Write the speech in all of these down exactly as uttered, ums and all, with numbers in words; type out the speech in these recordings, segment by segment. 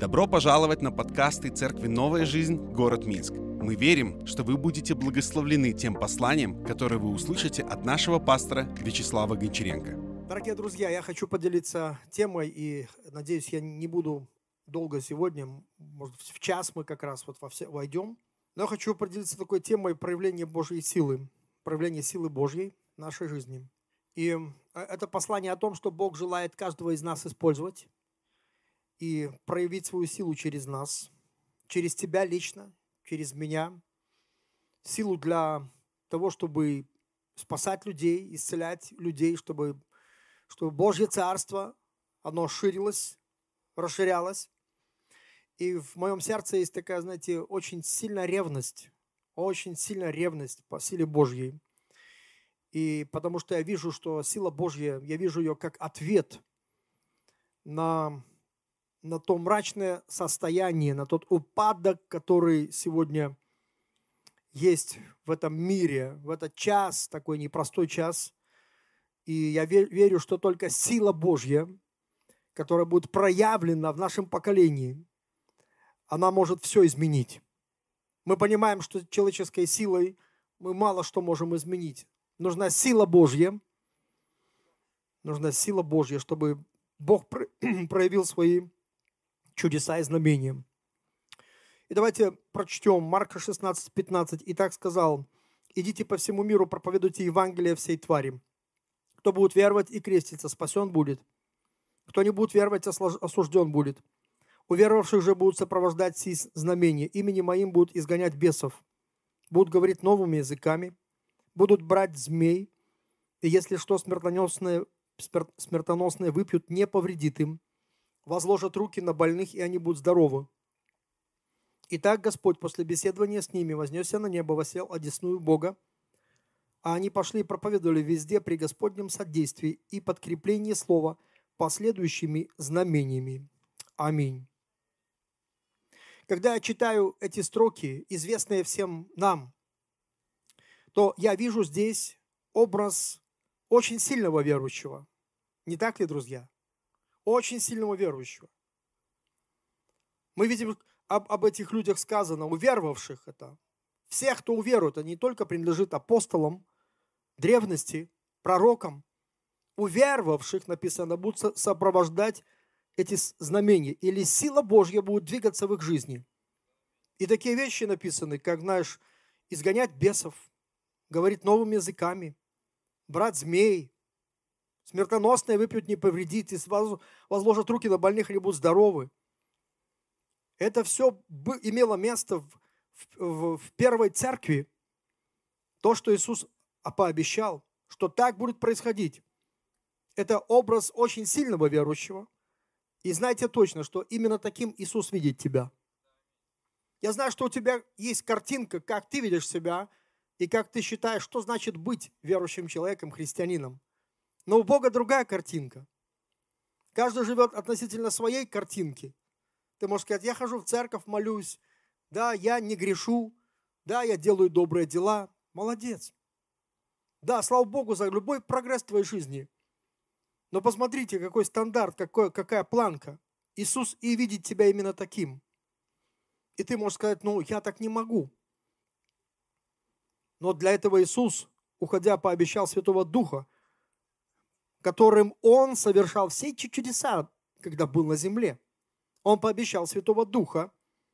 Добро пожаловать на подкасты Церкви «Новая жизнь», город Минск. Мы верим, что вы будете благословлены тем посланием, которое вы услышите от нашего пастора Вячеслава Гончаренко. Дорогие друзья, я хочу поделиться темой, и надеюсь, я не буду долго сегодня, может, в час мы как раз вот во все войдем, но я хочу поделиться такой темой проявления Божьей силы, проявления силы Божьей в нашей жизни. И это послание о том, что Бог желает каждого из нас использовать и проявить свою силу через нас, через тебя лично, через меня, силу для того, чтобы спасать людей, исцелять людей, чтобы, чтобы Божье Царство, оно ширилось, расширялось. И в моем сердце есть такая, знаете, очень сильная ревность, очень сильная ревность по силе Божьей. И потому что я вижу, что сила Божья, я вижу ее как ответ на, на то мрачное состояние, на тот упадок, который сегодня есть в этом мире, в этот час, такой непростой час. И я верю, что только сила Божья, которая будет проявлена в нашем поколении, она может все изменить. Мы понимаем, что человеческой силой мы мало что можем изменить. Нужна сила Божья, нужна сила Божья, чтобы Бог проявил свои чудеса и знамения. И давайте прочтем Марка шестнадцать пятнадцать. «И так сказал: идите по всему миру, проповедуйте Евангелие всей твари. Кто будет веровать и креститься, спасен будет. Кто не будет веровать, осужден будет. У веровавших же будут сопровождать сии знамения. Именем моим будут изгонять бесов, будут говорить новыми языками, будут брать змей, и если что смертоносное, смертоносное выпьют, не повредит им. Возложат руки на больных, и они будут здоровы. Итак, Господь после беседования с ними вознесся на небо, воссел одесную Бога, а они пошли и проповедовали везде при Господнем содействии и подкреплении слова последующими знамениями. Аминь». Когда я читаю эти строки, известные всем нам, то я вижу здесь образ очень сильного верующего. Не так ли, друзья? Очень сильного верующего. Мы видим, об, об этих людях сказано, уверовавших это. Всех, кто уверует, это не только принадлежит апостолам древности, пророкам. Уверовавших, написано, будут сопровождать эти знамения. Или сила Божья будет двигаться в их жизни. И такие вещи написаны, как, знаешь, изгонять бесов, говорить новыми языками, брать змей, смертоносное выпьют, не повредит, и возложат руки на больных, они будут здоровы. Это все имело место в, в, в первой церкви. То, что Иисус пообещал, что так будет происходить. Это образ очень сильного верующего. И знайте точно, что именно таким Иисус видит тебя. Я знаю, что у тебя есть картинка, как ты видишь себя, и как ты считаешь, что значит быть верующим человеком, христианином. Но у Бога другая картинка. Каждый живет относительно своей картинки. Ты можешь сказать: я хожу в церковь, молюсь, да, я не грешу, да, я делаю добрые дела. Молодец. Да, слава Богу за любой прогресс в твоей жизни. Но посмотрите, какой стандарт, какой, какая планка. Иисус и видит тебя именно таким. И ты можешь сказать: ну, я так не могу. Но для этого Иисус, уходя, пообещал Святого Духа, которым Он совершал все эти чудеса, когда был на земле. Он пообещал Святого Духа.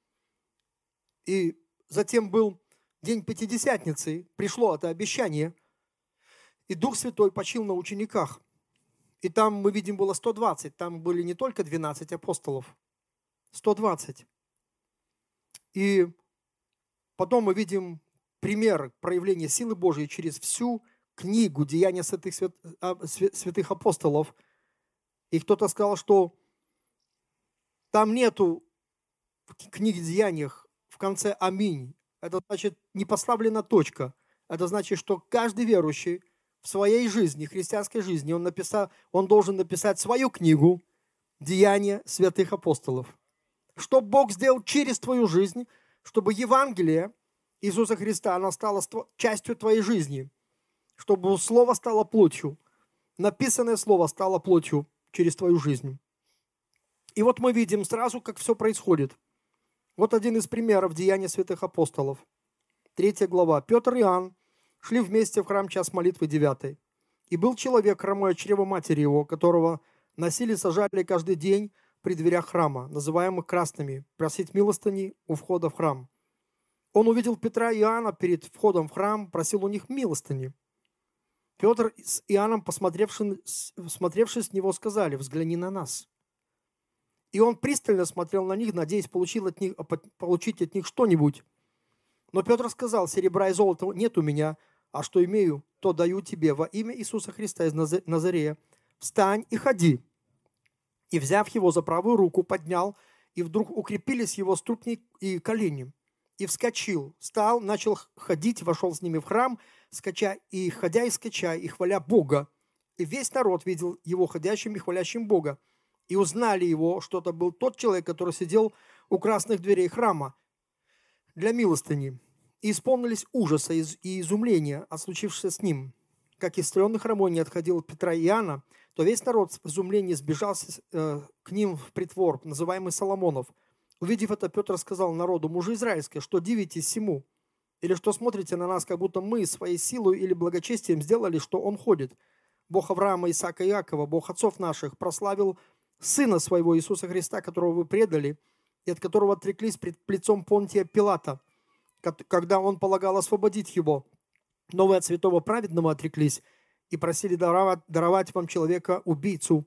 И затем был день Пятидесятницы, пришло это обещание, и Дух Святой почил на учениках. И там, мы видим, было сто двадцать, там были не только двенадцать апостолов, сто двадцать. И потом мы видим пример проявления силы Божьей через всю книгу «Деяния святых, свят, святых апостолов». И кто-то сказал, что там нету в книге «Деяниях» в конце «Аминь». Это значит, не поставлена точка. Это значит, что каждый верующий в своей жизни, христианской жизни, он, написал, он должен написать свою книгу «Деяния святых апостолов». Что Бог сделал через твою жизнь, чтобы Евангелие Иисуса Христа, оно стало частью твоей жизни, чтобы Слово стало плотью, написанное Слово стало плотью через твою жизнь. И вот мы видим сразу, как все происходит. Вот один из примеров Деяний святых апостолов. Третья глава. Петр и Иоанн шли вместе в храм час молитвы девятой. И был человек, хромой от чрева матери его, которого носили, сажали каждый день при дверях храма, называемых красными, просить милостыни у входа в храм. Он увидел Петра и Иоанна перед входом в храм, просил у них милостыни. Петр с Иоанном, посмотревши, смотревшись с него, сказали: «Взгляни на нас». И он пристально смотрел на них, надеясь получить от них, получить от них что-нибудь. Но Петр сказал: «Серебра и золота нет у меня, а что имею, то даю тебе во имя Иисуса Христа из Назарея. Встань и ходи». И, взяв его за правую руку, поднял, и вдруг укрепились его ступни и колени. И вскочил, встал, начал ходить, вошел с ними в храм, скача, и ходя и скача, и хваля Бога. И весь народ видел его ходящим и хвалящим Бога. И узнали его, что это был тот человек, который сидел у красных дверей храма для милостыни. И исполнились ужаса и изумления от случившегося с ним. Как истренный хромой не отходил от Петра и Иоанна, то весь народ в изумлении сбежался э, к ним в притвор, называемый Соломонов. Увидев это, Петр сказал народу: «Мужи израильские, что дивитесь сему? Или что смотрите на нас, как будто мы своей силой или благочестием сделали, что он ходит? Бог Авраама, Исаака и Иакова, Бог отцов наших, прославил Сына Своего Иисуса Христа, которого вы предали, и от которого отреклись пред лицом Понтия Пилата, когда он полагал освободить его. Но вы от святого праведного отреклись и просили даровать, даровать вам человека-убийцу,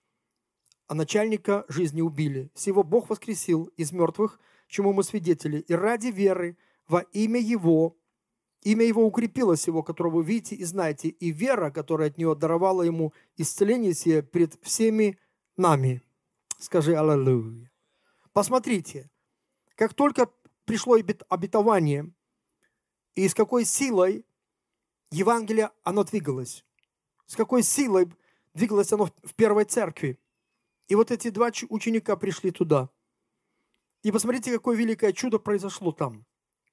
а начальника жизни убили. Сего Бог воскресил из мертвых, чему мы свидетели, и ради веры во имя Его, имя Его укрепило сего, которого вы видите и знаете, и вера, которая от Него даровала Ему исцеление сие пред всеми нами». Скажи аллилуйя. Посмотрите, как только пришло обетование, и с какой силой Евангелие, оно двигалось. С какой силой двигалось оно в первой церкви. И вот эти два ученика пришли туда. И посмотрите, какое великое чудо произошло там.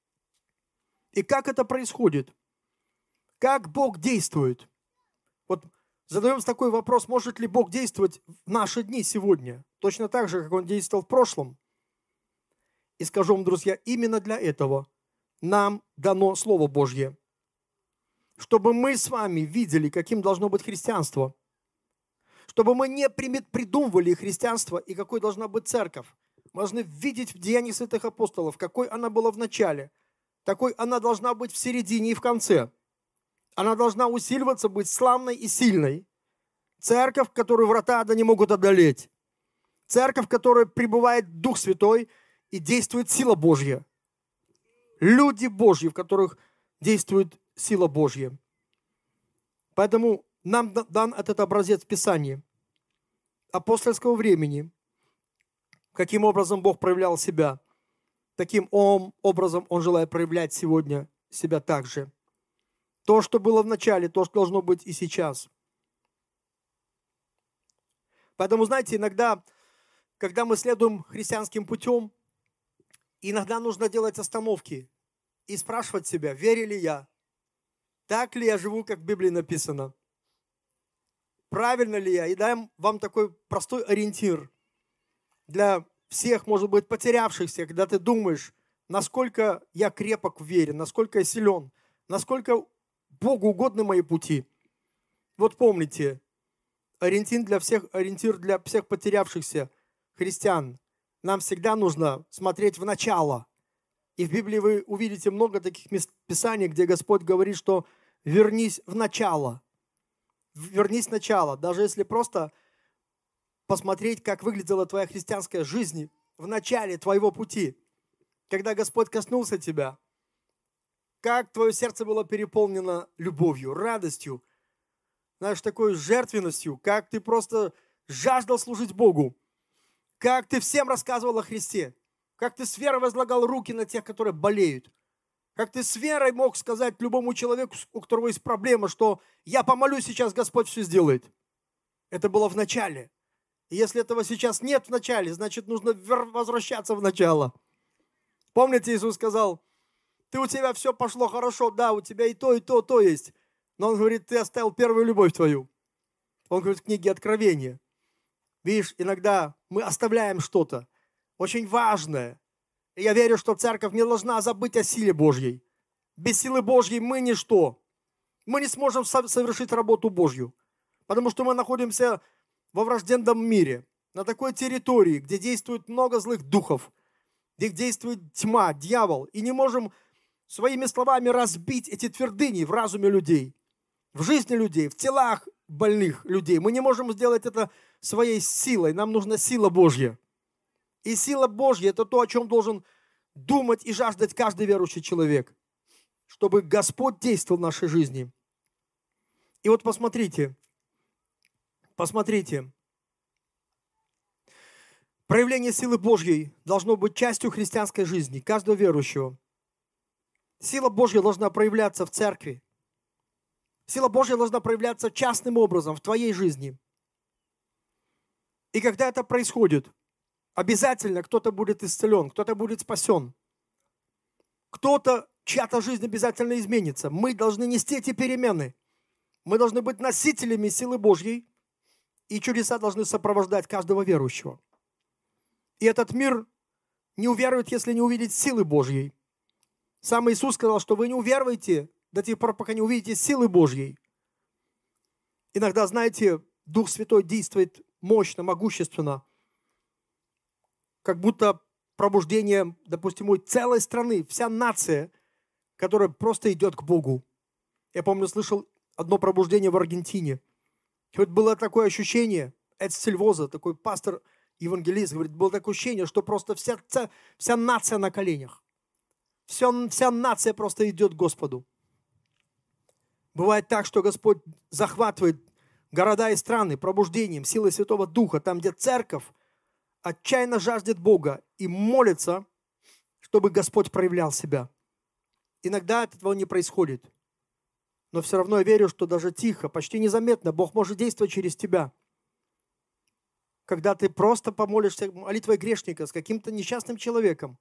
И как это происходит? Как Бог действует? Вот задаем такой вопрос: может ли Бог действовать в наши дни сегодня? Точно так же, как Он действовал в прошлом. И скажу вам, друзья, именно для этого нам дано Слово Божье. Чтобы мы с вами видели, каким должно быть христианство. Чтобы мы не придумывали христианство и какой должна быть церковь. Мы должны видеть в Деяниях святых апостолов, какой она была в начале, такой она должна быть в середине и в конце. Она должна усиливаться, быть славной и сильной. Церковь, которую врата ада не могут одолеть. Церковь, в которой пребывает Дух Святой и действует сила Божья. Люди Божьи, в которых действует сила Божья. Поэтому нам дан этот образец Писания апостольского времени, каким образом Бог проявлял себя, таким образом Он желает проявлять сегодня себя также. То, что было в начале, то, что должно быть и сейчас. Поэтому, знаете, иногда, когда мы следуем христианским путем, иногда нужно делать остановки и спрашивать себя: верю ли я? Так ли я живу, как в Библии написано? Правильно ли я? И даем вам такой простой ориентир для всех, может быть, потерявшихся, когда ты думаешь, насколько я крепок в вере, насколько я силен, насколько Богу угодны мои пути. Вот помните, ориентир для всех, ориентир для всех потерявшихся христиан. Нам всегда нужно смотреть в начало. И в Библии вы увидите много таких мест Писаний, где Господь говорит, что вернись в начало. Вернись в начало. Даже если просто посмотреть, как выглядела твоя христианская жизнь в начале твоего пути. Когда Господь коснулся тебя, как твое сердце было переполнено любовью, радостью, знаешь, такой жертвенностью, как ты просто жаждал служить Богу, как ты всем рассказывал о Христе, как ты с верой возлагал руки на тех, которые болеют, как ты с верой мог сказать любому человеку, у которого есть проблема, что я помолюсь сейчас, Господь все сделает. Это было в начале. И если этого сейчас нет в начале, значит, нужно возвращаться в начало. Помните, Иисус сказал: ты у тебя все пошло хорошо, да, у тебя и то, и то, то есть. Но Он говорит: ты оставил первую любовь твою. Он говорит в книге Откровения: Видишь, иногда мы оставляем что-то очень важное. И я верю, что церковь не должна забыть о силе Божьей. Без силы Божьей мы ничто. Мы не сможем совершить работу Божью, потому что мы находимся во враждебном мире, на такой территории, где действует много злых духов, где действует тьма, дьявол, и не можем своими словами разбить эти твердыни в разуме людей, в жизни людей, в телах больных людей. Мы не можем сделать это своей силой, нам нужна сила Божья. И сила Божья – это то, о чем должен думать и жаждать каждый верующий человек, чтобы Господь действовал в нашей жизни. И вот посмотрите, посмотрите, проявление силы Божьей должно быть частью христианской жизни, каждого верующего. Сила Божья должна проявляться в церкви. Сила Божья должна проявляться частным образом в твоей жизни. И когда это происходит, обязательно кто-то будет исцелен, кто-то будет спасен. Кто-то, чья-то жизнь обязательно изменится. Мы должны нести эти перемены. Мы должны быть носителями силы Божьей, и чудеса должны сопровождать каждого верующего. И этот мир не уверует, если не увидит силы Божьей. Сам Иисус сказал, что вы не уверуете до тех пор, пока не увидите силы Божьей. Иногда, знаете, Дух Святой действует мощно, могущественно, как будто пробуждение, допустим, целой страны, вся нация, которая просто идет к Богу. Я помню, слышал одно пробуждение в Аргентине. И вот было такое ощущение, Эд Сильвоза, такой пастор-евангелист, говорит, было такое ощущение, что просто вся, вся, вся нация на коленях. Вся, вся нация просто идет к Господу. Бывает так, что Господь захватывает города и страны пробуждением, силой Святого Духа, там, где церковь отчаянно жаждет Бога и молится, чтобы Господь проявлял себя. Иногда этого не происходит. Но все равно я верю, что даже тихо, почти незаметно Бог может действовать через тебя. Когда ты просто помолишься молитвой грешника с каким-то несчастным человеком,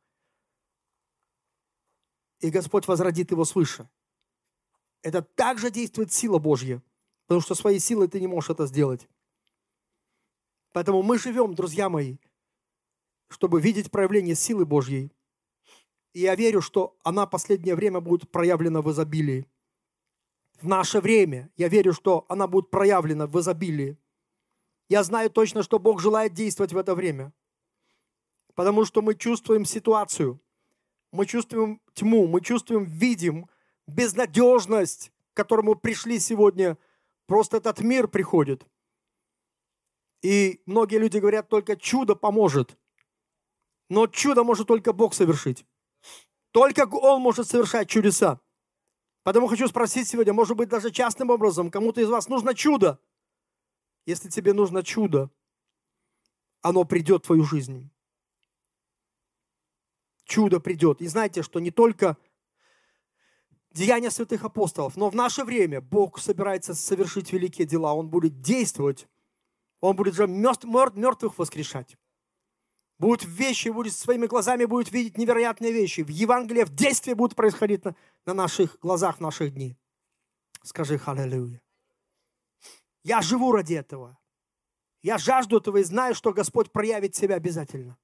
и Господь возродит его свыше. Это также действует сила Божья, потому что своей силой ты не можешь это сделать. Поэтому мы живем, друзья мои, чтобы видеть проявление силы Божьей. И я верю, что она в последнее время будет проявлена в изобилии. В наше время я верю, что она будет проявлена в изобилии. Я знаю точно, что Бог желает действовать в это время. Потому что мы чувствуем ситуацию, мы чувствуем тьму, мы чувствуем, видим безнадежность, к которому пришли сегодня. Просто этот мир приходит. И многие люди говорят, только чудо поможет. Но чудо может только Бог совершить. Только Он может совершать чудеса. Поэтому хочу спросить сегодня, может быть, даже частным образом, кому-то из вас нужно чудо. Если тебе нужно чудо, оно придет в твою жизнь. Чудо придет. И знаете, что не только деяния святых апостолов, но в наше время Бог собирается совершить великие дела. Он будет действовать. Он будет же мертвых воскрешать. Будут вещи, будет своими глазами будет видеть невероятные вещи. В Евангелии, в действии будут происходить на, на наших глазах в наших дни. Скажи аллилуйя. Я живу ради этого. Я жажду этого и знаю, что Господь проявит себя обязательно.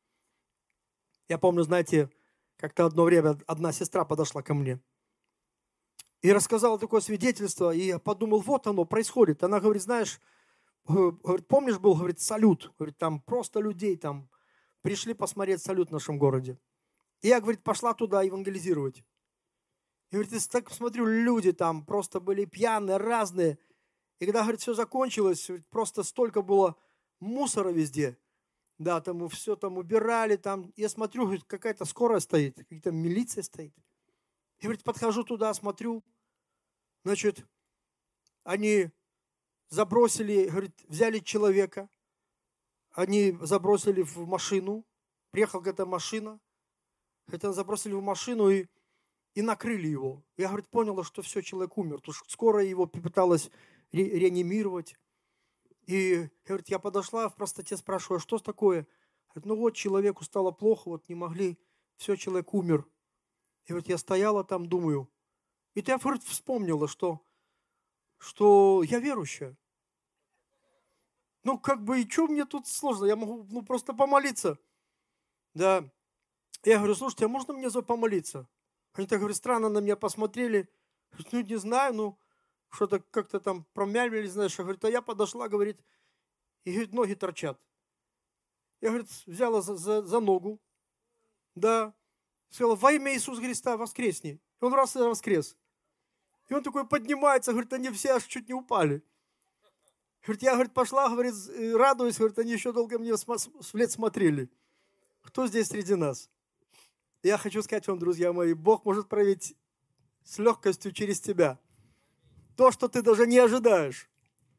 Я помню, знаете, как-то одно время одна сестра подошла ко мне и рассказала такое свидетельство, и я подумал, вот оно происходит. Она говорит, знаешь, говорит, помнишь, был, говорит, салют, говорит, там просто людей там пришли посмотреть салют в нашем городе. И я, говорит, пошла туда евангелизировать. И, говорит, я так смотрю, люди там просто были пьяные, разные. И когда, говорит, все закончилось, просто столько было мусора везде. Да, там все там убирали, там, я смотрю, говорит, какая-то скорая стоит, какая-то милиция стоит. И, говорит, подхожу туда, смотрю, значит, они забросили, говорит, взяли человека, они забросили в машину, приехала какая-то машина, это забросили в машину и, и накрыли его. Я, говорит, поняла, что все, человек умер, потому что скорая его попыталась ре- реанимировать. И, говорит, я подошла в простоте, спрашиваю, что такое? Говорит, ну вот, человеку стало плохо, вот не могли, все, человек умер. И вот я стояла там, думаю, и я, говорит, вспомнила, что, что я верующая. ну как бы и что мне тут сложно? Я могу ну, просто помолиться. Да. Я говорю, слушайте, а можно мне за помолиться? Они так, говорят, странно на меня посмотрели. Ну, не знаю, ну, что-то как-то там промямлили, знаешь. Я говорю, а я подошла, говорит, и говорит, ноги торчат. Я, говорит, взяла за, за, за ногу, да, сказала, во имя Иисуса Христа воскресни. И он раз и воскрес. И он такой поднимается, говорит, они все аж чуть не упали. Говорит, я, говорит, пошла, говорит, радуюсь, говорит, они еще долго мне вслед смотрели. Кто здесь среди нас? Я хочу сказать вам, друзья мои, Бог может проявить с легкостью через тебя то, что ты даже не ожидаешь.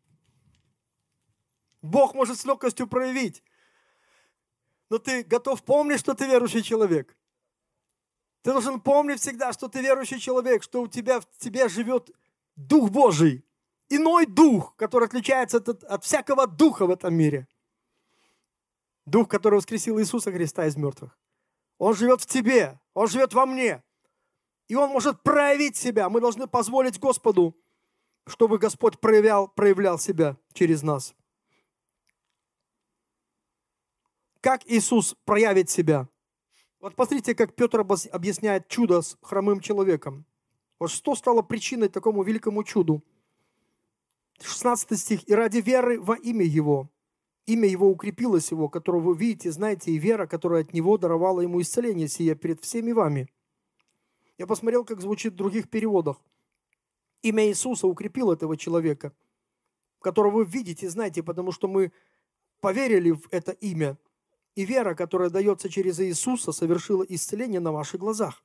Бог может с легкостью проявить. Но ты готов помнить, что ты верующий человек. Ты должен помнить всегда, что ты верующий человек, что у тебя в тебе живет Дух Божий. Иной дух, который отличается от, от всякого духа в этом мире. Дух, который воскресил Иисуса Христа из мертвых. Он живет в тебе, Он живет во мне. И Он может проявить себя. Мы должны позволить Господу, чтобы Господь проявлял, проявлял себя через нас. Как Иисус проявит себя? Вот посмотрите, как Петр объясняет чудо с хромым человеком. Вот что стало причиной такому великому чуду? шестнадцатый стих. «И ради веры во имя Его». Имя Его укрепилось Его, которого вы видите, знаете, и вера, которая от Него даровала Ему исцеление сие перед всеми вами. Я посмотрел, как звучит в других переводах. Имя Иисуса укрепило этого человека, которого вы видите, знаете, потому что мы поверили в это имя. И вера, которая дается через Иисуса, совершила исцеление на ваших глазах.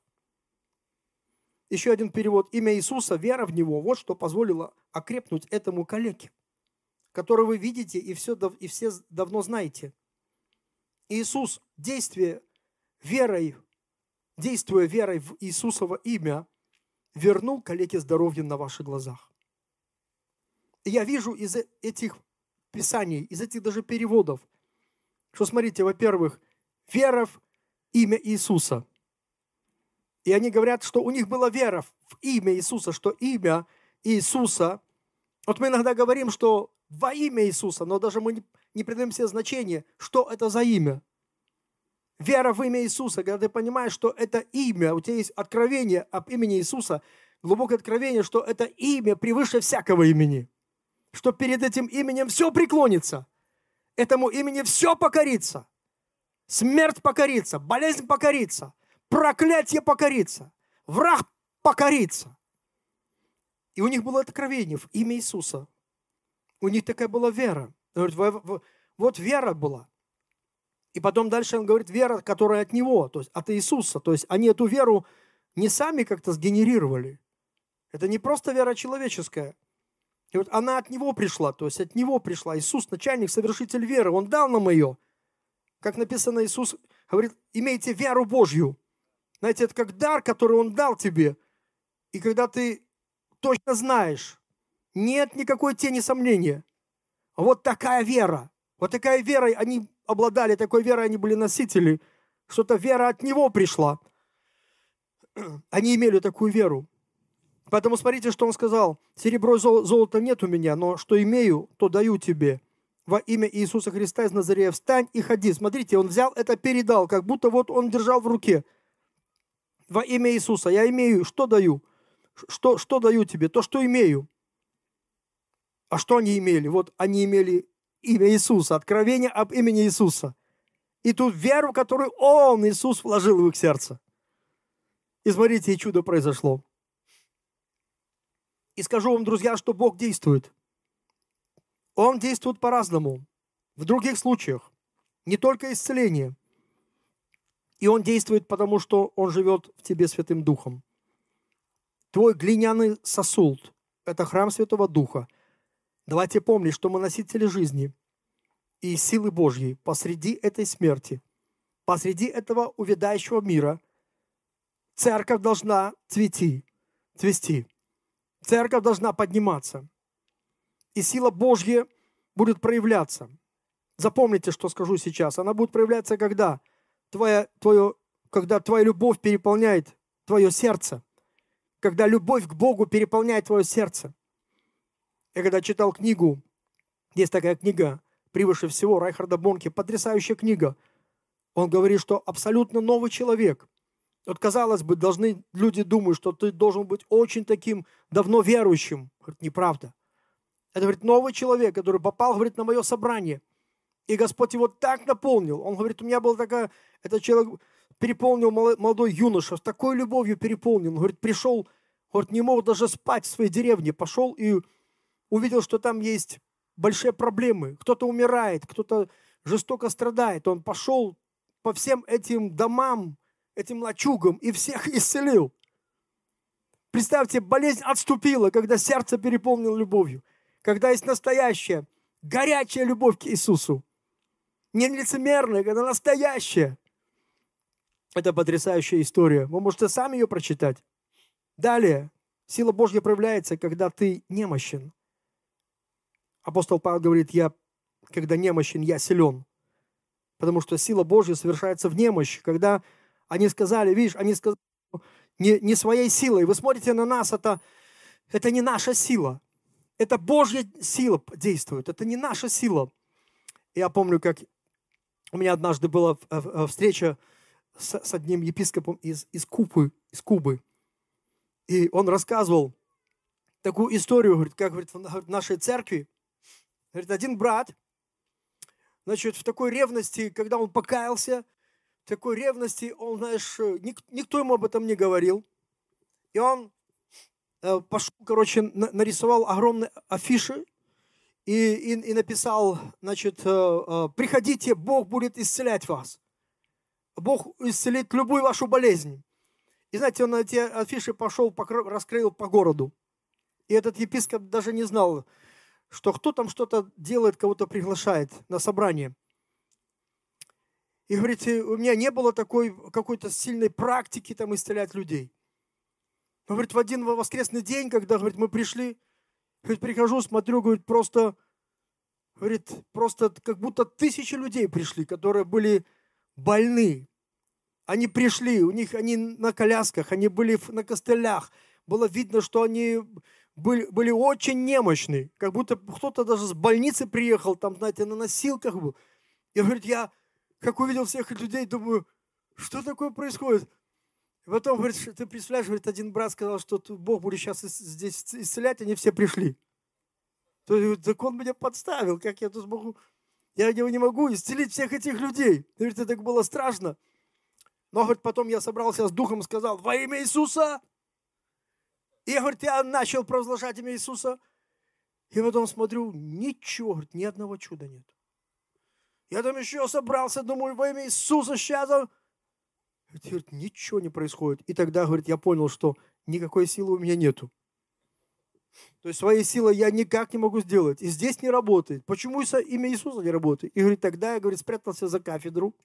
Еще один перевод. Имя Иисуса, вера в Него, вот что позволило окрепнуть этому калеке, которого вы видите и все, и все давно знаете. Иисус, действие верой, действуя верой в Иисусово имя, вернул калеке здоровье на ваших глазах. И я вижу из этих писаний, из этих даже переводов, что, смотрите, во-первых, вера в имя Иисуса. И они говорят, что у них была вера в имя Иисуса, что имя Иисуса. Вот мы иногда говорим, что во имя Иисуса, но даже мы не придаем себе значения, что это за имя. Вера в имя Иисуса, когда ты понимаешь, что это имя, у тебя есть откровение об имени Иисуса, глубокое откровение, что это имя превыше всякого имени, что перед этим именем все преклонится. Этому имени все покорится. Смерть покорится, болезнь покорится, проклятие покорится, враг покорится. И у них было откровение в имя Иисуса. У них такая была вера. Он говорит, вот вера была. И потом дальше он говорит, вера, которая от Него, то есть от Иисуса. То есть они эту веру не сами как-то сгенерировали. Это не просто вера человеческая. И вот она от Него пришла, то есть от Него пришла. Иисус, начальник, совершитель веры, Он дал нам ее. Как написано, Иисус говорит, имейте веру Божью. Знаете, это как дар, который Он дал тебе. И когда ты точно знаешь, нет никакой тени сомнения. Вот такая вера. Вот такая верой они обладали, такой верой они были носители. Что-то вера от Него пришла. Они имели такую веру. Поэтому смотрите, что он сказал. Серебро и золота нет у меня, но что имею, то даю тебе. Во имя Иисуса Христа из Назарея встань и ходи. Смотрите, он взял это, передал, как будто вот он держал в руке. Во имя Иисуса я имею, что даю? Что, что даю тебе? То, что имею. А что они имели? Вот они имели имя Иисуса, откровение об имени Иисуса. И ту веру, которую Он, Иисус, вложил в их сердце. И смотрите, и чудо произошло. И скажу вам, друзья, что Бог действует. Он действует по-разному. В других случаях. Не только исцеление. И Он действует, потому что Он живет в тебе Святым Духом. Твой глиняный сосуд – это храм Святого Духа. Давайте помнить, что мы носители жизни и силы Божьей посреди этой смерти, посреди этого увядающего мира. Церковь должна цвести, цвести. Церковь должна подниматься. И сила Божья будет проявляться. Запомните, что скажу сейчас. Она будет проявляться, когда твоя, твое, когда твоя любовь переполняет твое сердце. Когда любовь к Богу переполняет твое сердце. Я когда читал книгу, есть такая книга превыше всего» Райхарда Бонке. Потрясающая книга. Он говорит, что абсолютно новый человек. Вот, казалось бы, должны люди думать, что ты должен быть очень таким давно верующим. Говорит, неправда. Это, говорит, новый человек, который попал, говорит, на мое собрание. И Господь его так наполнил. Он говорит, у меня была такая... Этот человек переполнил молодой юноша, с такой любовью переполнил. Он, говорит, пришел, говорит, не мог даже спать в своей деревне. Пошел и увидел, что там есть большие проблемы. Кто-то умирает, кто-то жестоко страдает. Он пошел по всем этим домам, этим лачугам и всех исцелил. Представьте, болезнь отступила, когда сердце переполнило любовью. Когда есть настоящая, горячая любовь к Иисусу. Не лицемерная, когда настоящая. Это потрясающая история. Вы можете сами ее прочитать. Далее. Сила Божья проявляется, когда ты немощен. Апостол Павел говорит, я, когда немощен, я силен. Потому что сила Божья совершается в немощи. Когда они сказали, видишь, они сказали, не, не своей силой. Вы смотрите на нас, это, это не наша сила. Это Божья сила действует. Это не наша сила. Я помню, как у меня однажды была встреча с, с одним епископом из, из, Кубы, из Кубы. И он рассказывал такую историю, говорит, как говорит, в нашей церкви. Говорит, один брат, значит, в такой ревности, когда он покаялся, в такой ревности, он, знаешь, ник, никто ему об этом не говорил. И он э, пошел, короче, на, нарисовал огромные афиши и, и, и написал, значит, э, э, приходите, Бог будет исцелять вас. Бог исцелит любую вашу болезнь. И знаете, он на эти афиши пошел, покро, раскрыл по городу. И этот епископ даже не знал, что кто там что-то делает, кого-то приглашает на собрание. И говорит, у меня не было такой какой-то сильной практики там исцелять людей. Но, говорит, в один воскресный день, когда, говорит, мы пришли, говорит, прихожу, смотрю, говорит, просто, говорит, просто как будто тысячи людей пришли, которые были больны. Они пришли, у них они на колясках, они были на костылях. Было видно, что они были, были очень немощны, как будто кто-то даже с больницы приехал, там, знаете, на носилках был. И говорит, я, как увидел всех этих людей, думаю, что такое происходит? И потом, говорит, ты представляешь, говорит, один брат сказал, что Бог будет сейчас здесь исцелять, они все пришли. То есть, так он меня подставил, как я тут могу, я не могу исцелить всех этих людей. Говорит, это так было страшно. Но, говорит, потом я собрался с духом и сказал, во имя Иисуса. И я, говорит, я начал провозглашать имя Иисуса. И потом смотрю, ничего, говорит, ни одного чуда нет. Я там еще собрался, думаю, во имя Иисуса сейчас. Говорит, ничего не происходит. И тогда, говорит, я понял, что никакой силы у меня нету. То есть своей силой я никак не могу сделать. И здесь не работает. Почему имя Иисуса не работает? И, говорит, тогда я, говорит, спрятался за кафедру.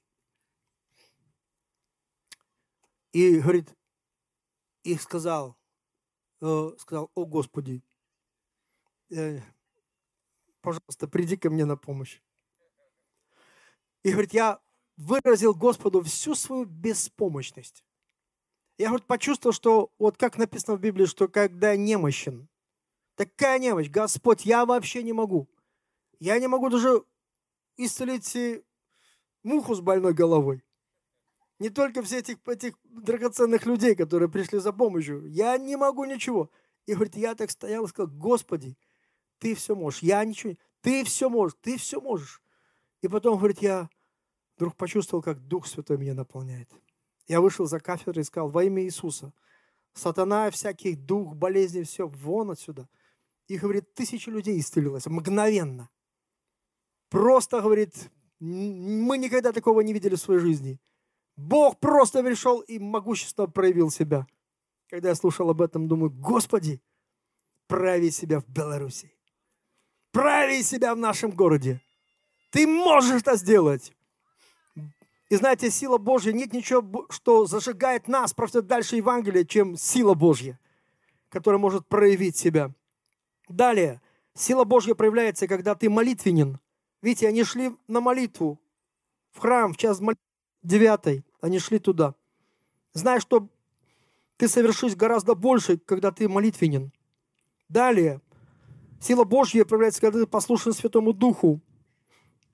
И, говорит, и сказал, э, сказал, о Господи, э, пожалуйста, приди ко мне на помощь. И, говорит, я выразил Господу всю свою беспомощность. Я, говорит, почувствовал, что вот как написано в Библии, что когда немощен, такая немощь, Господь, я вообще не могу. Я не могу даже исцелить муху с больной головой. Не только все этих, этих драгоценных людей, которые пришли за помощью. Я не могу ничего. И, говорит, я так стоял и сказал, Господи, Ты все можешь. Я ничего не... Ты все можешь, Ты все можешь. И потом, говорит, я вдруг почувствовал, как Дух Святой меня наполняет. Я вышел за кафедрой и сказал, во имя Иисуса, сатана, всякий дух, болезни, все, вон отсюда. И, говорит, тысячи людей исцелилось мгновенно. Просто, говорит, мы никогда такого не видели в своей жизни. Бог просто пришел и могущественно проявил себя. Когда я слушал об этом, думаю, Господи, прояви себя в Беларуси. Прояви себя в нашем городе. Ты можешь это сделать. И знаете, сила Божья, нет ничего, что зажигает нас просто дальше Евангелия, чем сила Божья, которая может проявить себя. Далее, сила Божья проявляется, когда ты молитвенен. Видите, они шли на молитву в храм в час девятой. Они шли туда. Зная, что ты совершишь гораздо больше, когда ты молитвенен. Далее, сила Божья проявляется, когда ты послушен Святому Духу.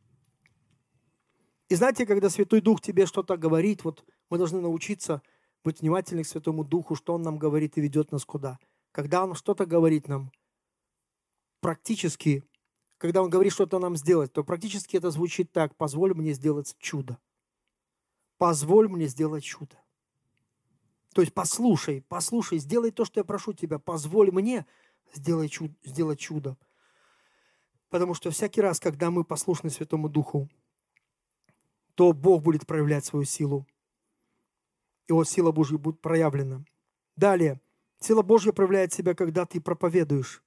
И знаете, когда Святой Дух тебе что-то говорит, вот мы должны научиться быть внимательны к Святому Духу, что Он нам говорит и ведет нас куда. Когда Он что-то говорит нам, практически, когда Он говорит что-то нам сделать, то практически это звучит так: позволь мне сделать чудо. Позволь мне сделать чудо. То есть послушай, послушай, сделай то, что я прошу тебя, позволь мне сделать чудо. Сделать чудо. Потому что всякий раз, когда мы послушны Святому Духу, то Бог будет проявлять свою силу. И вот сила Божья будет проявлена. Далее. Сила Божья проявляет себя, когда ты проповедуешь.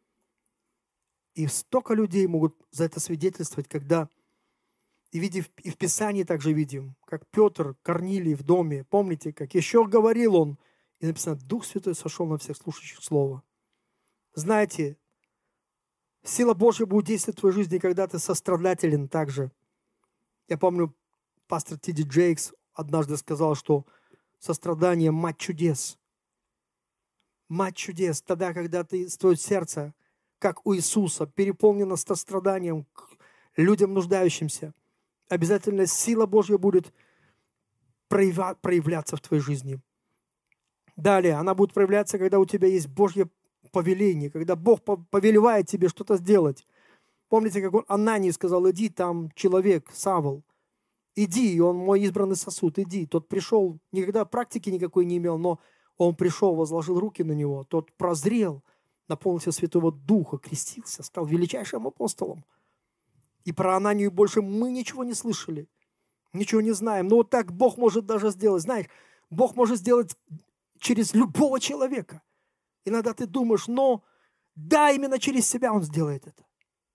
И столько людей могут за это свидетельствовать, когда, и, видев, и в Писании также видим, как Петр, Корнилий в доме, помните, как еще говорил он, и написано: Дух Святой сошел на всех слушающих Слово. Знаете, сила Божья будет действовать в твоей жизни, когда ты сострадателен также. Я помню, пастор Ти Ди Джейкс однажды сказал, что сострадание – мать чудес. Мать чудес. Тогда, когда ты, твое сердце, как у Иисуса, переполнено состраданием к людям нуждающимся, обязательно сила Божья будет проявляться в твоей жизни. Далее, она будет проявляться, когда у тебя есть Божье повеление, когда Бог повелевает тебе что-то сделать. Помните, как он Анании сказал: иди, там человек, Савл, иди, он мой избранный сосуд, иди. Тот пришел, никогда практики никакой не имел, но он пришел, возложил руки на него, тот прозрел, наполнился Святого Духа, крестился, стал величайшим апостолом. И про Ананию больше мы ничего не слышали, ничего не знаем. Но вот так Бог может даже сделать. Знаешь, Бог может сделать через любого человека. Иногда ты думаешь: но да, именно через себя Он сделает это.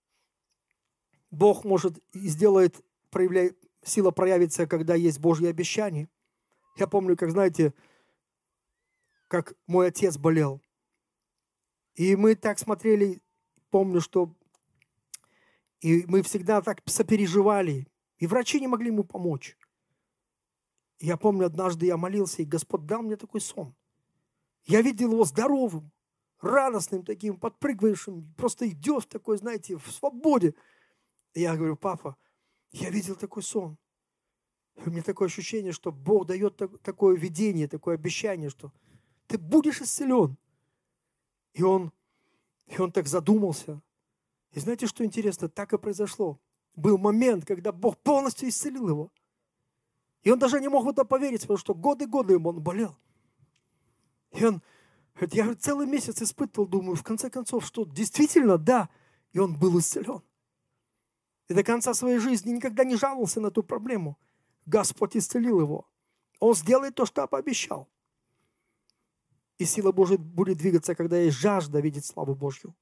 Бог может и сделает, проявляет, сила проявится, когда есть Божье обещание. Я помню, как, знаете, как мой отец болел. И мы так смотрели, помню, что и мы всегда так сопереживали. И врачи не могли ему помочь. И я помню, однажды я молился, и Господь дал мне такой сон. Я видел его здоровым, радостным таким, подпрыгивающим, просто идет такой, знаете, в свободе. И я говорю: папа, я видел такой сон. И у меня такое ощущение, что Бог дает так, такое видение, такое обещание, что ты будешь исцелен. И он, и он так задумался. И знаете, что интересно? Так и произошло. Был момент, когда Бог полностью исцелил его. И он даже не мог в это поверить, потому что годы-годы ему он болел. И он, я целый месяц испытывал, думаю, в конце концов, что действительно, да. И он был исцелен. И до конца своей жизни никогда не жаловался на ту проблему. Господь исцелил его. Он сделает то, что пообещал. И сила Божья будет двигаться, когда есть жажда видеть славу Божью.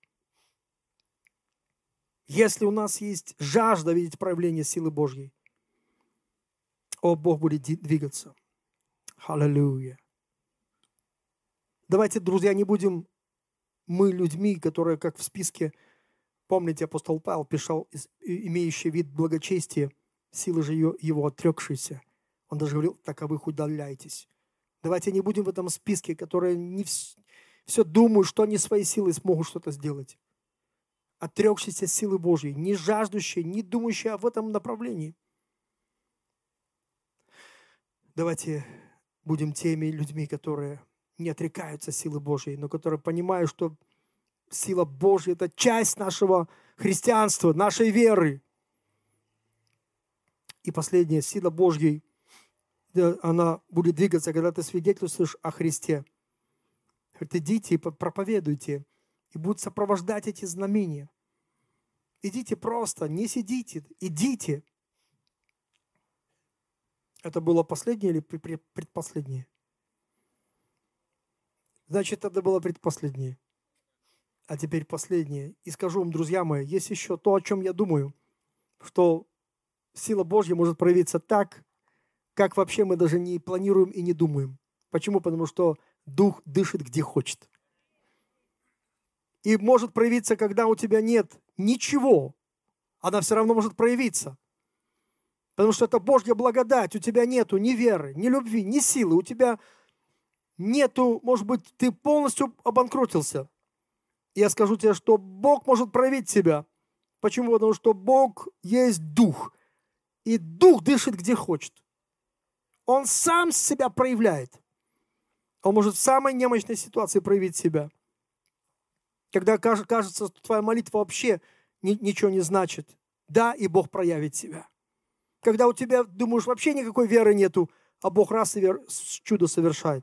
Если у нас есть жажда видеть проявление силы Божьей, о, Бог будет двигаться. Аллилуйя. Давайте, друзья, не будем мы людьми, которые, как в списке, помните, апостол Павел писал, имеющий вид благочестия, силы же его, его отрекшиеся. Он даже говорил: таковых удаляйтесь. Давайте не будем в этом списке, которые не вс- все думают, что они своей силой смогут что-то сделать. Отрекшиеся силы Божьей, не жаждущие, не думающие в этом направлении. Давайте будем теми людьми, которые не отрекаются силы Божьей, но которые понимают, что сила Божья – это часть нашего христианства, нашей веры. И последняя, сила Божьей, она будет двигаться, когда ты свидетельствуешь о Христе. Говорит: идите и проповедуйте, и будут сопровождать эти знамения. Идите просто, не сидите, идите. Это было последнее или предпоследнее? Значит, это было предпоследнее. А теперь последнее. И скажу вам, друзья мои, есть еще то, о чем я думаю, что сила Божья может проявиться так, как вообще мы даже не планируем и не думаем. Почему? Потому что Дух дышит где хочет. И может проявиться, когда у тебя нет ничего. Она все равно может проявиться. Потому что это Божья благодать. У тебя нету ни веры, ни любви, ни силы. У тебя нету, может быть, ты полностью обанкротился. И я скажу тебе, что Бог может проявить себя. Почему? Потому что Бог есть Дух. И Дух дышит где хочет. Он сам себя проявляет. Он может в самой немощной ситуации проявить себя. Когда кажется, что твоя молитва вообще ничего не значит. Да, и Бог проявит себя. Когда у тебя, думаешь, вообще никакой веры нету, а Бог раз и вер... чудо совершает.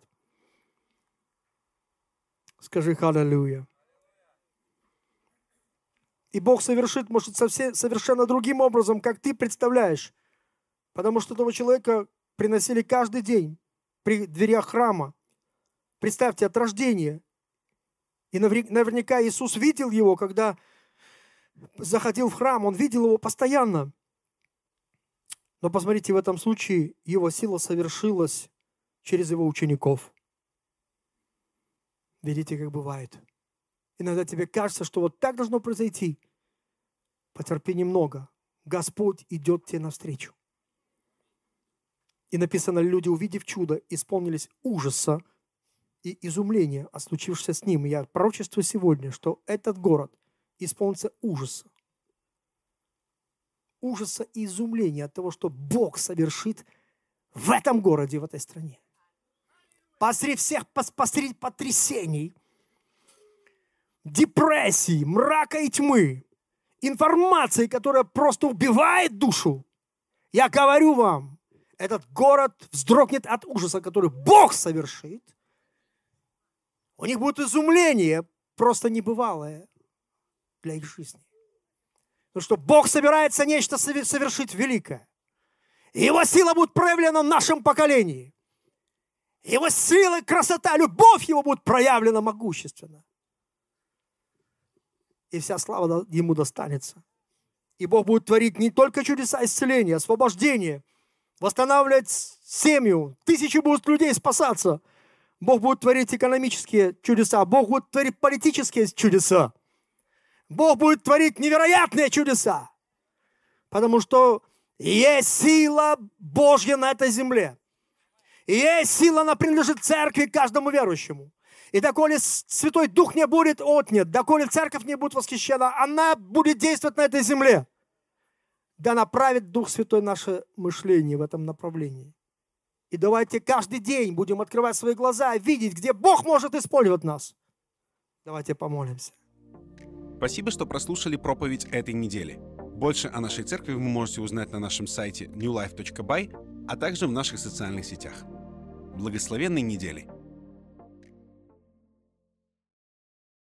Скажи «Аллилуйя». И Бог совершит, может, совсем, совершенно другим образом, как ты представляешь. Потому что этого человека приносили каждый день при дверях храма. Представьте, от рождения. И наверняка Иисус видел его, когда заходил в храм. Он видел его постоянно. Но посмотрите, в этом случае его сила совершилась через его учеников. Видите, как бывает. Иногда тебе кажется, что вот так должно произойти. Потерпи немного. Господь идет тебе навстречу. И написано, люди, увидев чудо, исполнились ужаса и изумления о случившемся с ним. И я пророчествую сегодня, что этот город исполнится ужаса. Ужаса и изумления от того, что Бог совершит в этом городе, в этой стране. Посреди всех посреди потрясений, депрессий, мрака и тьмы, информации, которая просто убивает душу, я говорю вам, этот город вздрогнет от ужаса, который Бог совершит. У них будет изумление, просто небывалое для их жизни. Потому что Бог собирается нечто совершить великое. И Его сила будет проявлена в нашем поколении. Его сила, красота, любовь Его будет проявлена могущественно. И вся слава Ему достанется. И Бог будет творить не только чудеса исцеления, освобождения, восстанавливать семью. Тысячи будут людей спасаться. Бог будет творить экономические чудеса. Бог будет творить политические чудеса. Бог будет творить невероятные чудеса. Потому что есть сила Божья на этой земле. И есть сила, она принадлежит церкви, каждому верующему. И доколе Святой Дух не будет отнят, доколе церковь не будет восхищена, она будет действовать на этой земле. Да направит Дух Святой наше мышление в этом направлении. И давайте каждый день будем открывать свои глаза и видеть, где Бог может использовать нас. Давайте помолимся. Спасибо, что прослушали проповедь этой недели. Больше о нашей церкви вы можете узнать на нашем сайте нью лайф точка бай, а также в наших социальных сетях. Благословенной недели!